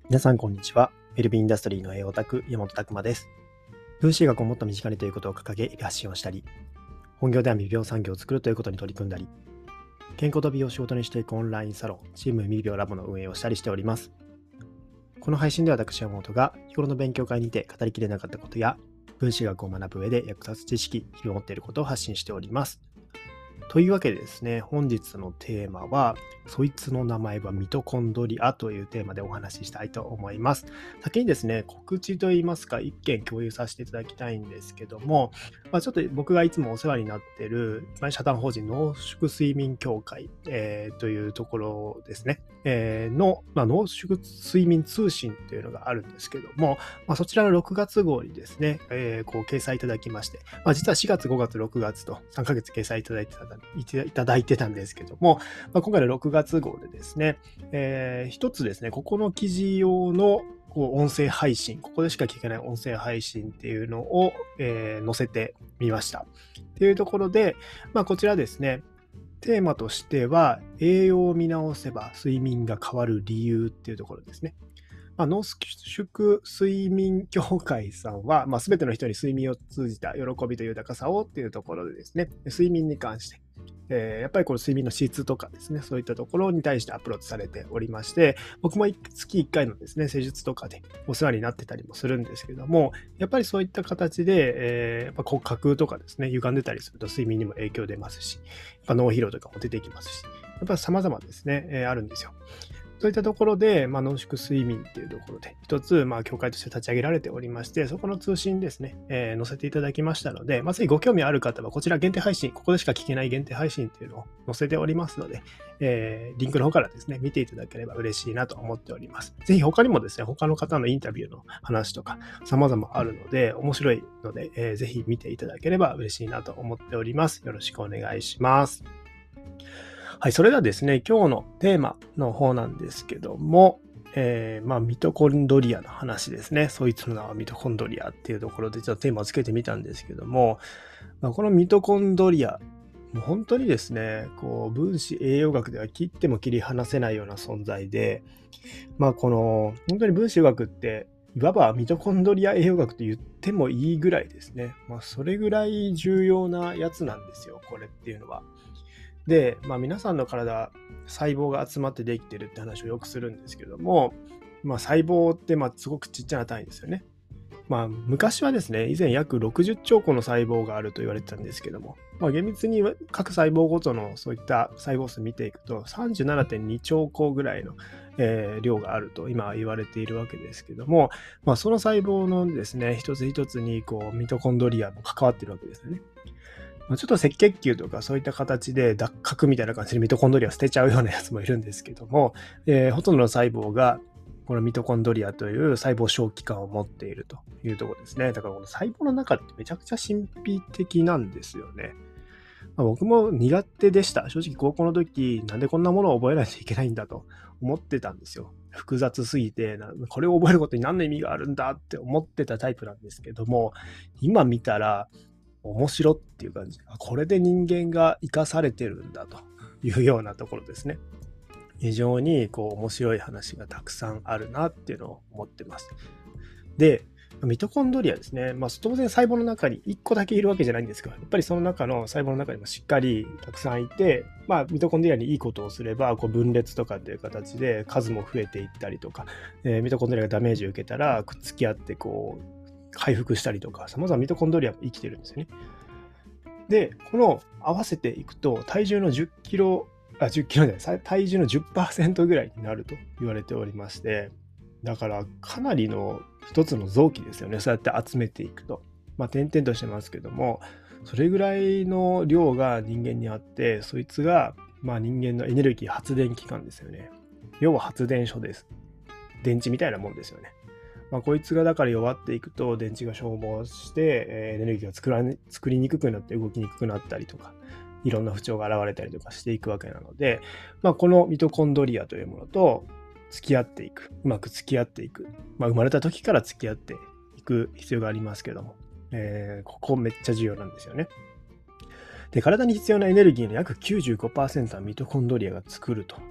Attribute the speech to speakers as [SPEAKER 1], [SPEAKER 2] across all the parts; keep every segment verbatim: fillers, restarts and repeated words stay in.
[SPEAKER 1] 皆さんこんにちは。ウェルビーインダストリーの栄養オタク、山本拓馬です。分子医学をもっと身近にということを掲げ、発信をしたり、本業では未病産業を作るということに取り組んだり、健康と美容を仕事にしていくオンラインサロン、チーム未病ラボの運営をしたりしております。この配信では私、山本が日頃の勉強会にて語りきれなかったことや、分子医学を学ぶ上で役立つ知識、日々持っていることを発信しております。というわけでですね、本日のテーマは、そいつの名前はミトコンドリアというテーマでお話ししたいと思います。先にですね、告知といいますか、一件共有させていただきたいんですけども、まあ、ちょっと僕がいつもお世話になっている、社団法人濃縮睡眠協会、えー、というところですね、えー、の、まあ、濃縮睡眠通信というのがあるんですけども、まあ、そちらのろくがつ号にですね、えー、こう掲載いただきまして、まあ、実はしがつ、ごがつ、ろくがつとさんかげつ掲載いただいてたいただいてたんですけども、まあ、今回のろくがつ号でですね、えー、一つですね、ここの記事用のこう音声配信、ここでしか聞けない音声配信っていうのを、えー、載せてみました。っていうところで、まあ、こちらですね、テーマとしては、栄養を見直せば睡眠が変わる理由っていうところですね。まあ、濃縮睡眠協会さんは、まあ、全ての人に睡眠を通じた喜びと豊かさをっていうところでですね、睡眠に関して、えー、やっぱりこの睡眠の質とかですね、そういったところに対してアプローチされておりまして、僕も月いっかいのですね、施術とかでお世話になってたりもするんですけども、やっぱりそういった形で、えー、やっぱ骨格とかですね、歪んでたりすると睡眠にも影響出ますし、やっぱ脳疲労とかも出てきますし、やっぱ様々ですね、えー、あるんですよ。そういったところで、まあ、濃縮睡眠っていうところで、一つ、まあ、協会として立ち上げられておりまして、そこの通信ですね、えー、載せていただきましたので、まあ、ぜひご興味ある方は、こちら限定配信、ここでしか聞けない限定配信っていうのを載せておりますので、えー、リンクの方からですね、見ていただければ嬉しいなと思っております。ぜひ他にもですね、他の方のインタビューの話とか、様々あるので、面白いので、えー、ぜひ見ていただければ嬉しいなと思っております。よろしくお願いします。はい、それではですね、今日のテーマの方なんですけども、えー、まあ、ミトコンドリアの話ですね。そいつの名はミトコンドリアっていうところでちょっとテーマをつけてみたんですけども、まあ、このミトコンドリア、もう本当にですね、こう分子栄養学では切っても切り離せないような存在で、まあこの本当に分子栄養学っていわばミトコンドリア栄養学と言ってもいいぐらいですね。まあそれぐらい重要なやつなんですよ、これっていうのは。で、まあ、皆さんの体、細胞が集まってできてるって話をよくするんですけども、まあ、細胞ってまあすごくちっちゃな単位ですよね。まあ、昔はですね、以前約ろくじゅっちょう個の細胞があると言われてたんですけども、まあ、厳密に各細胞ごとのそういった細胞数見ていくと さんじゅうななてんにちょう個ぐらいの、えー、量があると今は言われているわけですけども、まあ、その細胞のですね、一つ一つにこうミトコンドリアも関わっているわけですよね。ちょっと赤血球とかそういった形で脱核みたいな感じでミトコンドリアを捨てちゃうようなやつもいるんですけども、えー、ほとんどの細胞がこのミトコンドリアという細胞小器官を持っているというところですね。だからこの細胞の中ってめちゃくちゃ神秘的なんですよね。まあ、僕も苦手でした。正直高校の時、なんでこんなものを覚えないといけないんだと思ってたんですよ。複雑すぎて、これを覚えることに何の意味があるんだって思ってたタイプなんですけども、今見たら、面白っていう感じ。これで人間が生かされてるんだというようなところですね。非常にこう面白い話がたくさんあるなっていうのを思ってます。で、ミトコンドリアですね。まあ、当然細胞の中にいっこだけいるわけじゃないんですけど、やっぱりその中の細胞の中にもしっかりたくさんいて、まあ、ミトコンドリアにいいことをすれば、こう分裂とかっていう形で数も増えていったりとか、えー、ミトコンドリアがダメージを受けたらくっつき合ってこう、回復したりとか、様々ミトコンドリアも生きてるんですよね。で、この合わせていくと、体重のじゅっキロ、あ、じゅっキロじゃない、体重の じゅっパーセント ぐらいになると言われておりまして、だからかなりの一つの臓器ですよね。そうやって集めていくと。まあ、点々としてますけども、それぐらいの量が人間にあって、そいつが、まあ、人間のエネルギー発電機関ですよね。要は発電所です。電池みたいなもんですよね。まあ、こいつがだから弱っていくと電池が消耗して、えー、エネルギーが作ら作りにくくなって動きにくくなったりとか、いろんな不調が現れたりとかしていくわけなので、まあ、このミトコンドリアというものと付き合っていく、うまく付き合っていく、まあ、生まれた時から付き合っていく必要がありますけども、えー、ここめっちゃ重要なんですよね。で、体に必要なエネルギーの約 きゅうじゅうごパーセント はミトコンドリアが作ると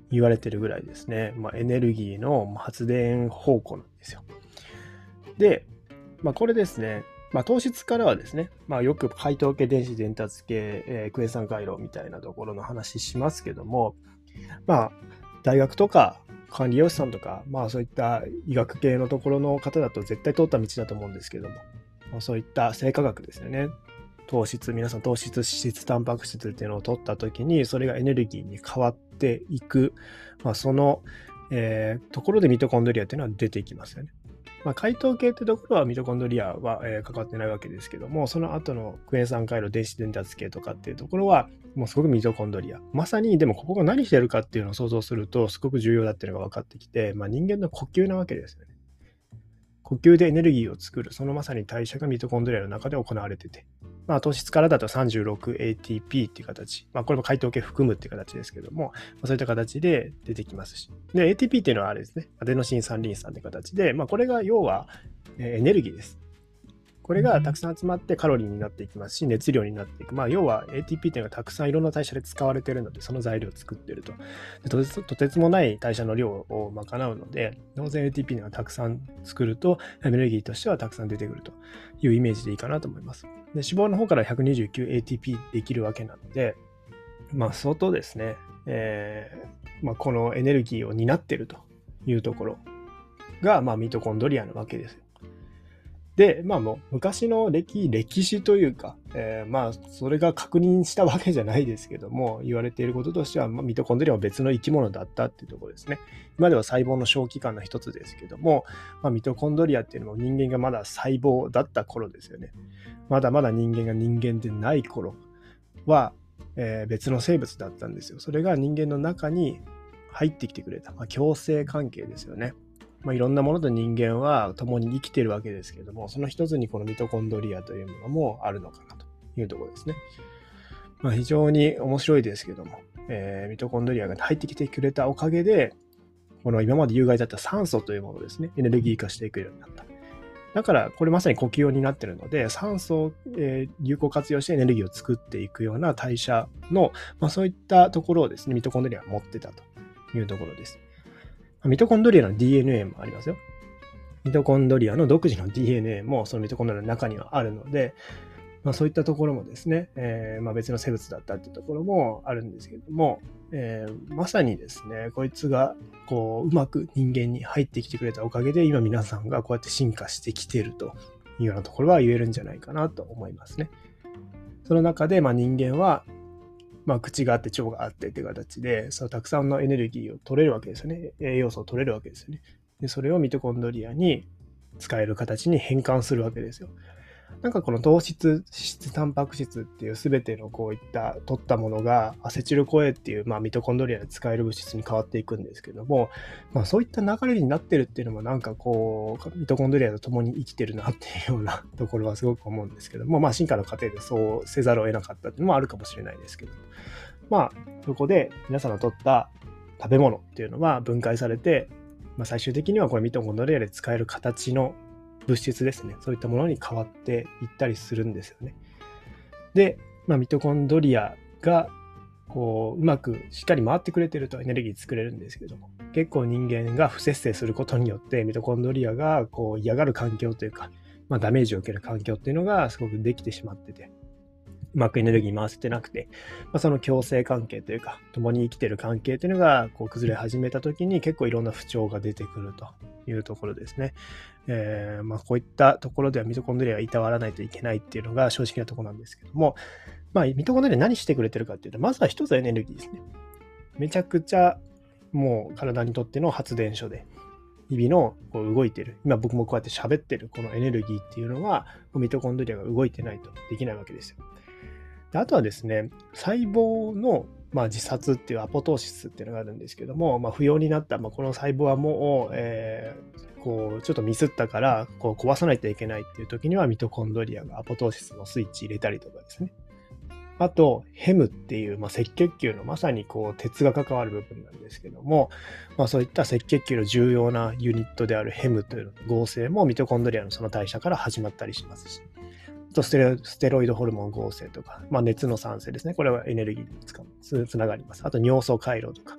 [SPEAKER 1] 言われてるぐらいですね、まあ、エネルギーの発電宝庫なんですよ。で、まあ、これですね、まあ、糖質からはですね、まあ、よく配当系電子伝達系、えークエン酸回路みたいなところの話しますけども、まあ、大学とか管理栄養士さんとか、まあ、そういった医学系のところの方だと絶対通った道だと思うんですけども、まあ、そういった生化学ですよね。糖質、皆さん糖質、脂質、タンパク質っていうのを取ったときに、それがエネルギーに変わっていく、まあ、その、えーところでミトコンドリアっていうのは出てきますよね。まあ、解糖系ってところはミトコンドリアは、えー関わってないわけですけども、その後のクエン酸回路、電子伝達系とかっていうところは、もうすごくミトコンドリア。まさに、でもここが何してるかっていうのを想像すると、すごく重要だっていうのが分かってきて、まあ、人間の呼吸なわけですよね。呼吸でエネルギーを作る、そのまさに代謝がミトコンドリアの中で行われてて、まあ、糖質からだと さんじゅうろくエーティーピー っていう形、まあ、これも解糖系含むっていう形ですけども、まあ、そういった形で出てきますし、で、エーティーピー っていうのはあれですね、アデノシン三リン酸っていう形で、まあ、これが要はエネルギーです。これがたくさん集まってカロリーになっていきますし、熱量になっていく。まあ、要は エーティーピー っていうのがたくさんいろんな代謝で使われているので、その材料を作っていると。でとてとてつもない代謝の量を賄うので、当然 エーティーピー がたくさん作ると、エネルギーとしてはたくさん出てくるというイメージでいいかなと思います。で、脂肪の方から ひゃくにじゅうきゅうエーティーピー できるわけなので、まあ、相当ですね、えーまあ、このエネルギーを担っているというところが、まあ、ミトコンドリアなわけですよ。で、まあもう昔の歴、歴史というか、えー、まあそれが確認したわけじゃないですけども、言われていることとしては、まあ、ミトコンドリアは別の生き物だったっていうところですね。今では細胞の小器官の一つですけども、まあ、ミトコンドリアっていうのも人間がまだ細胞だった頃ですよね。まだまだ人間が人間でない頃は、えー、別の生物だったんですよ。それが人間の中に入ってきてくれた、まあ、共生関係ですよね。まあ、いろんなものと人間は共に生きているわけですけれども、その一つにこのミトコンドリアというものもあるのかなというところですね。まあ、非常に面白いですけども、えー、ミトコンドリアが入ってきてくれたおかげで、この今まで有害だった酸素というものですね、エネルギー化していくようになった。だから、これまさに呼吸用になっているので、酸素を、えー、有効活用してエネルギーを作っていくような代謝の、まあ、そういったところをですね、ミトコンドリアが持ってたというところです。ミトコンドリアの ディーエヌエー もありますよ。ミトコンドリアの独自の ディーエヌエー もそのミトコンドリアの中にはあるので、まあ、そういったところもですね、えーまあ、別の生物だったっていうところもあるんですけども、えー、まさにですね、こいつがこううまく人間に入ってきてくれたおかげで、今皆さんがこうやって進化してきているというようなところは言えるんじゃないかなと思いますね。その中で、まあ、人間はまあ、口があって腸があってっていう形で、そのたくさんのエネルギーを取れるわけですよね。栄養素を取れるわけですよね。で、それをミトコンドリアに使える形に変換するわけですよ。なんかこの糖質、脂質、タンパク質っていうすべてのこういった取ったものがアセチルコエっていう、まあ、ミトコンドリアで使える物質に変わっていくんですけども、まあ、そういった流れになってるっていうのもなんかこうミトコンドリアと共に生きてるなっていうようなところはすごく思うんですけども、まあ進化の過程でそうせざるを得なかったっていうのもあるかもしれないですけど、まあそこで皆さんの取った食べ物っていうのは分解されて、まあ、最終的にはこれミトコンドリアで使える形の物質ですね。そういったものに変わっていったりするんですよね。で、まあ、ミトコンドリアがこううまくしっかり回ってくれてるとエネルギー作れるんですけども、結構人間が不節制することによってミトコンドリアがこう嫌がる環境というか、まあ、ダメージを受ける環境っていうのがすごくできてしまってて、うまくエネルギー回せてなくて、まあ、その共生関係というか共に生きている関係というのがこう崩れ始めた時に結構いろんな不調が出てくるというところですね。えーまあ、こういったところではミトコンドリアがいたわらないといけないっていうのが正直なところなんですけども、まあ、ミトコンドリア何してくれてるかっていうと、まずは一つはエネルギーですね。めちゃくちゃもう体にとっての発電所で日々のこう動いてる、今僕もこうやって喋ってるこのエネルギーっていうのはミトコンドリアが動いてないとできないわけですよ。であとはですね、細胞のまあ自殺っていうアポトーシスっていうのがあるんですけども、まあ、不要になった、まあ、この細胞はもう、えー、こうちょっとミスったからこう壊さないといけないっていう時にはミトコンドリアがアポトーシスのスイッチ入れたりとかですね。あと、ヘムっていう、まあ、赤血球のまさにこう鉄が関わる部分なんですけども、まあ、そういった赤血球の重要なユニットであるヘムという合成もミトコンドリアのその代謝から始まったりしますし、あとステロステロイドホルモン合成とか、まあ、熱の産生ですね。これはエネルギーにつかつながります。あと尿素回路とか、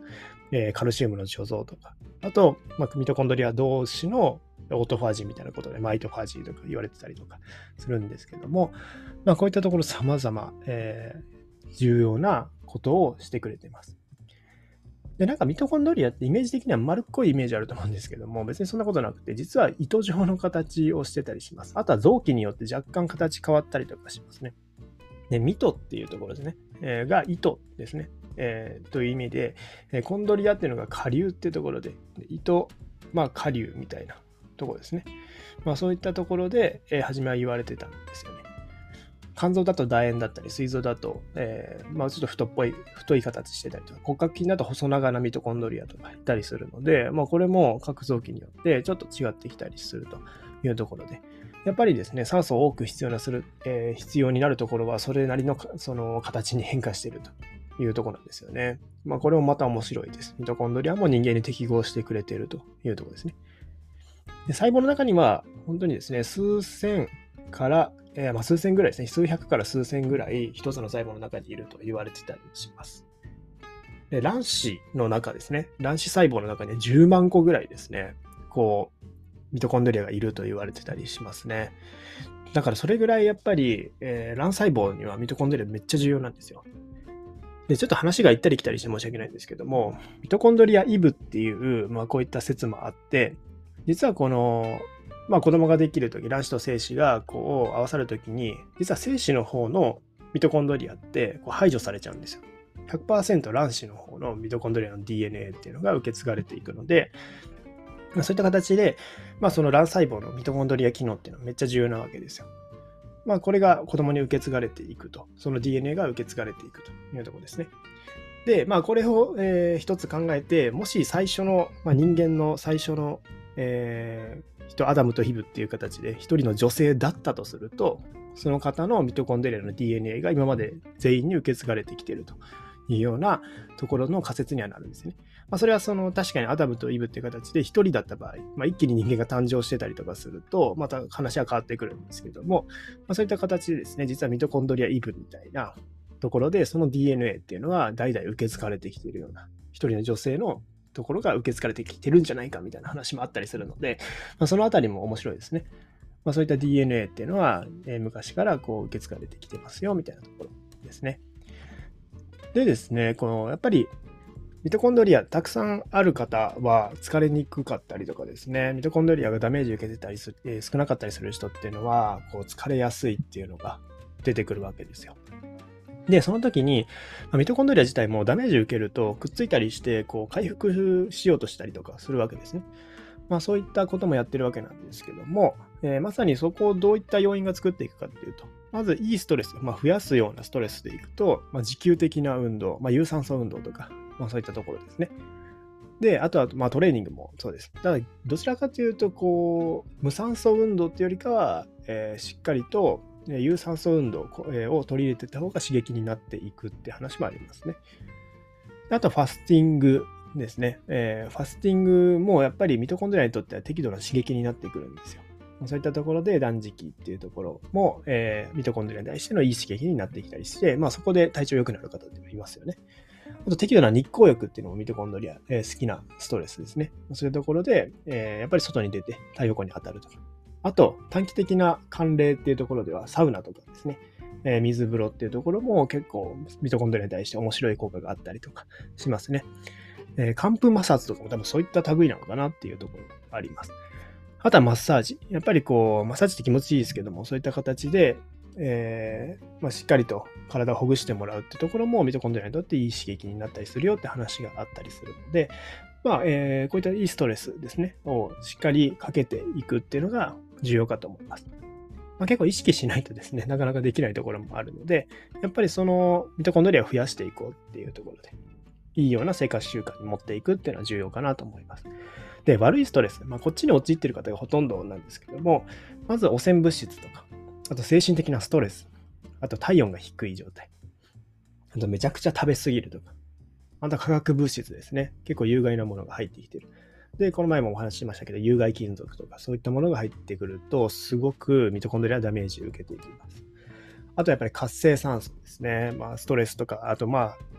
[SPEAKER 1] えーカルシウムの貯蔵とか、あと、まあ、ミトコンドリア同士のオートファジーみたいなことでマイトファジーとか言われてたりとかするんですけども、まあ、こういったところ様々、えー重要なことをしてくれています。で、なんかミトコンドリアってイメージ的には丸っこいイメージあると思うんですけども、別にそんなことなくて、実は糸状の形をしてたりします。あとは臓器によって若干形変わったりとかしますね。で、ミトっていうところですね。えーが糸ですね。えーという意味で、えーコンドリアっていうのが下流っていうところで、で糸、まあ下流みたいなところですね。まあそういったところで、えー初めは言われてたんですよね。肝臓だと楕円だったり、膵臓だと、えーまあ、ちょっと太っぽい、太い形してたりとか、骨格筋だと細長なミトコンドリアとかいったりするので、まあ、これも各臓器によってちょっと違ってきたりするというところで、やっぱりですね、酸素を多く必要なする、えー必要になるところは、それなりのその形に変化しているというところなんですよね。まあ、これもまた面白いです。ミトコンドリアも人間に適合してくれているというところですね。で、細胞の中には、本当にですね、数千から、えーまあ、数千ぐらいですね、数百から数千ぐらい一つの細胞の中にいると言われてたりします。で、卵子の中ですね、卵子細胞の中にはじゅうまんこぐらいですね、こう、ミトコンドリアがいると言われてたりしますね。だからそれぐらいやっぱり、えー卵細胞にはミトコンドリアめっちゃ重要なんですよ。で、ちょっと話が行ったり来たりして申し訳ないんですけども、ミトコンドリアイブっていう、まあ、こういった説もあって、実はこの、まあ、子供ができるとき、卵子と精子がこう合わさるときに、実は精子の方のミトコンドリアってこう排除されちゃうんですよ。ひゃくパーセント 卵子の方のミトコンドリアの ディーエヌエー っていうのが受け継がれていくので、まあ、そういった形で、まあ、その卵細胞のミトコンドリア機能っていうのはめっちゃ重要なわけですよ。まあ、これが子供に受け継がれていくと、その ディーエヌエー が受け継がれていくというところですね。で、まあ、これを、えー一つ考えて、もし最初の、まあ、人間の最初の、えー人、アダムとヒブっていう形で一人の女性だったとすると、その方のミトコンドリアの ディーエヌエー が今まで全員に受け継がれてきているというようなところの仮説にはなるんですね。まあ、それはその確かにアダムとイブっていう形で一人だった場合、まあ、一気に人間が誕生してたりとかすると、また話は変わってくるんですけども、まあ、そういった形でですね、実はミトコンドリアイブみたいなところで、その ディーエヌエー っていうのは代々受け継がれてきているような、一人の女性のところが受け継がれてきてるんじゃないかみたいな話もあったりするので、まあ、そのあたりも面白いですね。まあ、そういった ディーエヌエー っていうのは、えー昔からこう受け継がれてきてますよみたいなところですね。でですね、このやっぱりミトコンドリアたくさんある方は疲れにくかったりとかですね、ミトコンドリアがダメージ受けてたりする、えー少なかったりする人っていうのは、こう疲れやすいっていうのが出てくるわけですよ。で、その時に、まあミトコンドリア自体もダメージ受けるとくっついたりして、こう回復しようとしたりとかするわけですね。まあそういったこともやってるわけなんですけども、えーまさにそこをどういった要因が作っていくかっていうと、まずいいストレス、まあ、増やすようなストレスでいくと、まあ、持久的な運動、まあ、有酸素運動とか、まあ、そういったところですね。で、あとは、まあ、トレーニングもそうです。ただ、どちらかというと、こう、無酸素運動っていうよりかは、えーしっかりと、えー有酸素運動こえーを取り入れていった方が刺激になっていくって話もありますね。あと、ファスティングですね。えーファスティングもやっぱりミトコンドリアにとっては適度な刺激になってくるんですよ。そういったところで断食っていうところも、えーミトコンドリアに対してのいい刺激になってきたりして、まあそこで体調良くなる方っていますよね。あと適度な日光浴っていうのもミトコンドリア、えー好きなストレスですね。そういうところで、えーやっぱり外に出て太陽光に当たるとか。あと短期的な寒冷っていうところではサウナとかですね。えー水風呂っていうところも結構ミトコンドリアに対して面白い効果があったりとかしますね。えー寒風摩擦とかも多分そういった類なのかなっていうところがあります。あとはマッサージ。やっぱりこう、マッサージって気持ちいいですけども、そういった形で、えーまあ、しっかりと体をほぐしてもらうってところもミトコンドリアにとっていい刺激になったりするよって話があったりするので、まあ、えーこういったいいストレスですね、をしっかりかけていくっていうのが重要かと思います。まあ、結構意識しないとですね、なかなかできないところもあるので、やっぱりそのミトコンドリアを増やしていこうっていうところで、いいような生活習慣に持っていくっていうのは重要かなと思います。で、悪いストレス、まあ、こっちに陥っている方がほとんどなんですけども、まず汚染物質とか、あと精神的なストレス、あと体温が低い状態、あとめちゃくちゃ食べ過ぎるとか、あと化学物質ですね。結構有害なものが入ってきている。で、この前もお話ししましたけど、有害金属とかそういったものが入ってくると、すごくミトコンドリアはダメージを受けていきます。あとやっぱり活性酸素ですね。まあ、ストレスとか、あとまあ、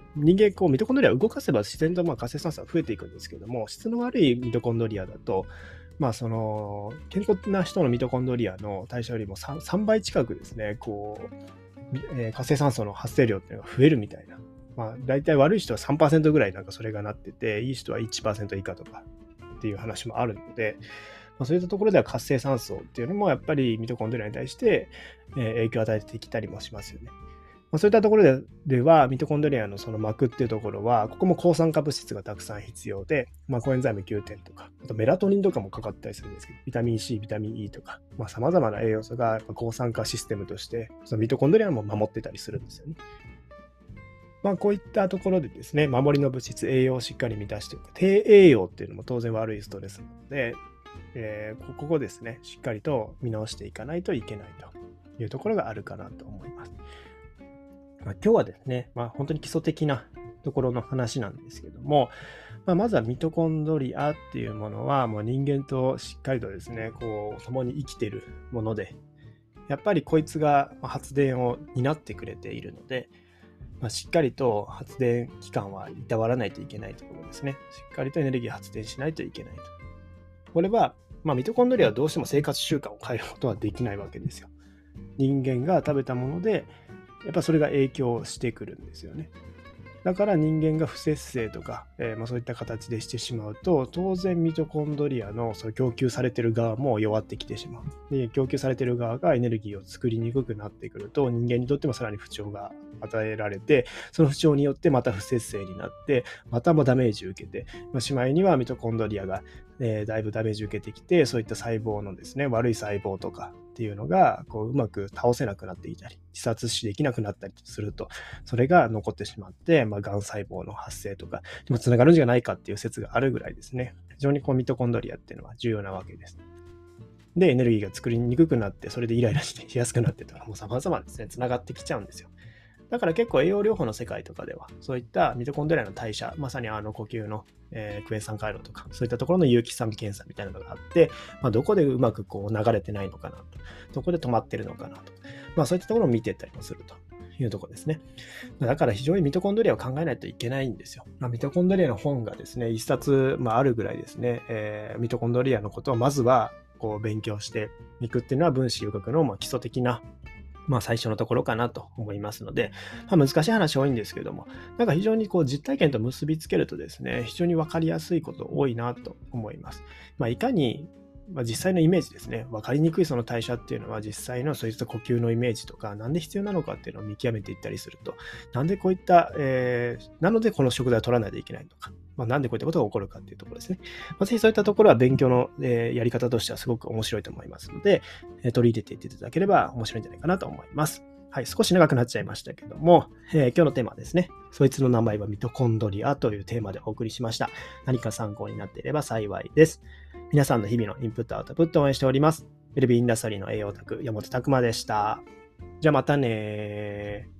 [SPEAKER 1] 人間こうミトコンドリアを動かせば自然とまあ活性酸素が増えていくんですけども、質の悪いミトコンドリアだと、まあその健康な人のミトコンドリアの代謝よりも 3, さんばい近くですね、こう、えー、活性酸素の発生量っていうのが増えるみたいな。まあ大体悪い人は さんパーセント ぐらいなんかそれがなってて、いい人はいちパーセント 以下とかっていう話もあるので、まあ、そういったところでは活性酸素っていうのもやっぱりミトコンドリアに対して、えー、影響を与えてきたりもしますよね。まあ、そういったところ で, では、ミトコンドリアのその膜っていうところは、ここも抗酸化物質がたくさん必要で、まあ、コエンザイムきゅうてんとか、あとメラトニンとかもかかったりするんですけど、ビタミン C、ビタミン E とか、まあ、様々な栄養素がやっぱ抗酸化システムとして、そのミトコンドリアも守ってたりするんですよね。まあ、こういったところでですね、守りの物質、栄養をしっかり満たしていく。低栄養っていうのも当然悪いストレスなので、えー、ここですね、しっかりと見直していかないといけないというところがあるかなと思います。まあ、今日はですね、まあ、本当に基礎的なところの話なんですけども、まあ、まずはミトコンドリアっていうものはもう人間としっかりとですね、こう共に生きているもので、やっぱりこいつが発電を担ってくれているので、まあ、しっかりと発電期間はいたわらないといけないところですね。しっかりとエネルギー発電しないといけないと。これは、まあ、ミトコンドリアはどうしても生活習慣を変えることはできないわけですよ。人間が食べたもので、やっぱそれが影響してくるんですよね。だから人間が不節制とか、えーまあ、そういった形でしてしまうと、当然ミトコンドリアのその供給されている側も弱ってきてしまう。で、供給されている側がエネルギーを作りにくくなってくると、人間にとってもさらに不調が与えられて、その不調によってまた不節制になって、またもダメージを受けて、まあ、しまいにはミトコンドリアが、えー、だいぶダメージを受けてきて、そういった細胞のですね、悪い細胞とかっていうのがこううまく倒せなくなっていたり、自殺死できなくなったりすると、それが残ってしまって、まあ、がん細胞の発生とかにもつながるんじゃないかっていう説があるぐらいですね、非常にこうミトコンドリアっていうのは重要なわけです。で、エネルギーが作りにくくなって、それでイライラしてしやすくなってとか、もう様々ですね、つながってきちゃうんですよ。だから結構栄養療法の世界とかでは、そういったミトコンドリアの代謝、まさにあの呼吸の、えー、クエン酸回路とか、そういったところの有機酸検査みたいなのがあって、まあ、どこでうまくこう流れてないのかなと、どこで止まってるのかなと、まあ、そういったところを見ていったりもするというところですね。だから非常にミトコンドリアを考えないといけないんですよ。まあ、ミトコンドリアの本がですね、一冊、まあ、あるぐらいですね、えー、ミトコンドリアのことをまずはこう勉強していくっていうのは分子力学のまあ基礎的なまあ最初のところかなと思いますので、まあ、難しい話多いんですけども、なんか非常にこう実体験と結びつけるとですね、非常に分かりやすいこと多いなと思います。まあ、いかにまあ、実際のイメージですね、分かりにくいその代謝っていうのは実際のそういった呼吸のイメージとか、なんで必要なのかっていうのを見極めていったりすると、なんでこういった、えー、なのでこの食材を取らないといけないとか、まあ、なんでこういったことが起こるかっていうところですね。まあ、ぜひそういったところは勉強の、えー、やり方としてはすごく面白いと思いますので、えー、取り入れていっていただければ面白いんじゃないかなと思います。はい、少し長くなっちゃいましたけども、えー、今日のテーマはですね、そいつの名前はミトコンドリアというテーマでお送りしました。何か参考になっていれば幸いです。皆さんの日々のインプットアウトプットを応援しております。ウェルビーインダストリーの栄養オタク、山本拓馬でした。じゃあまたねー。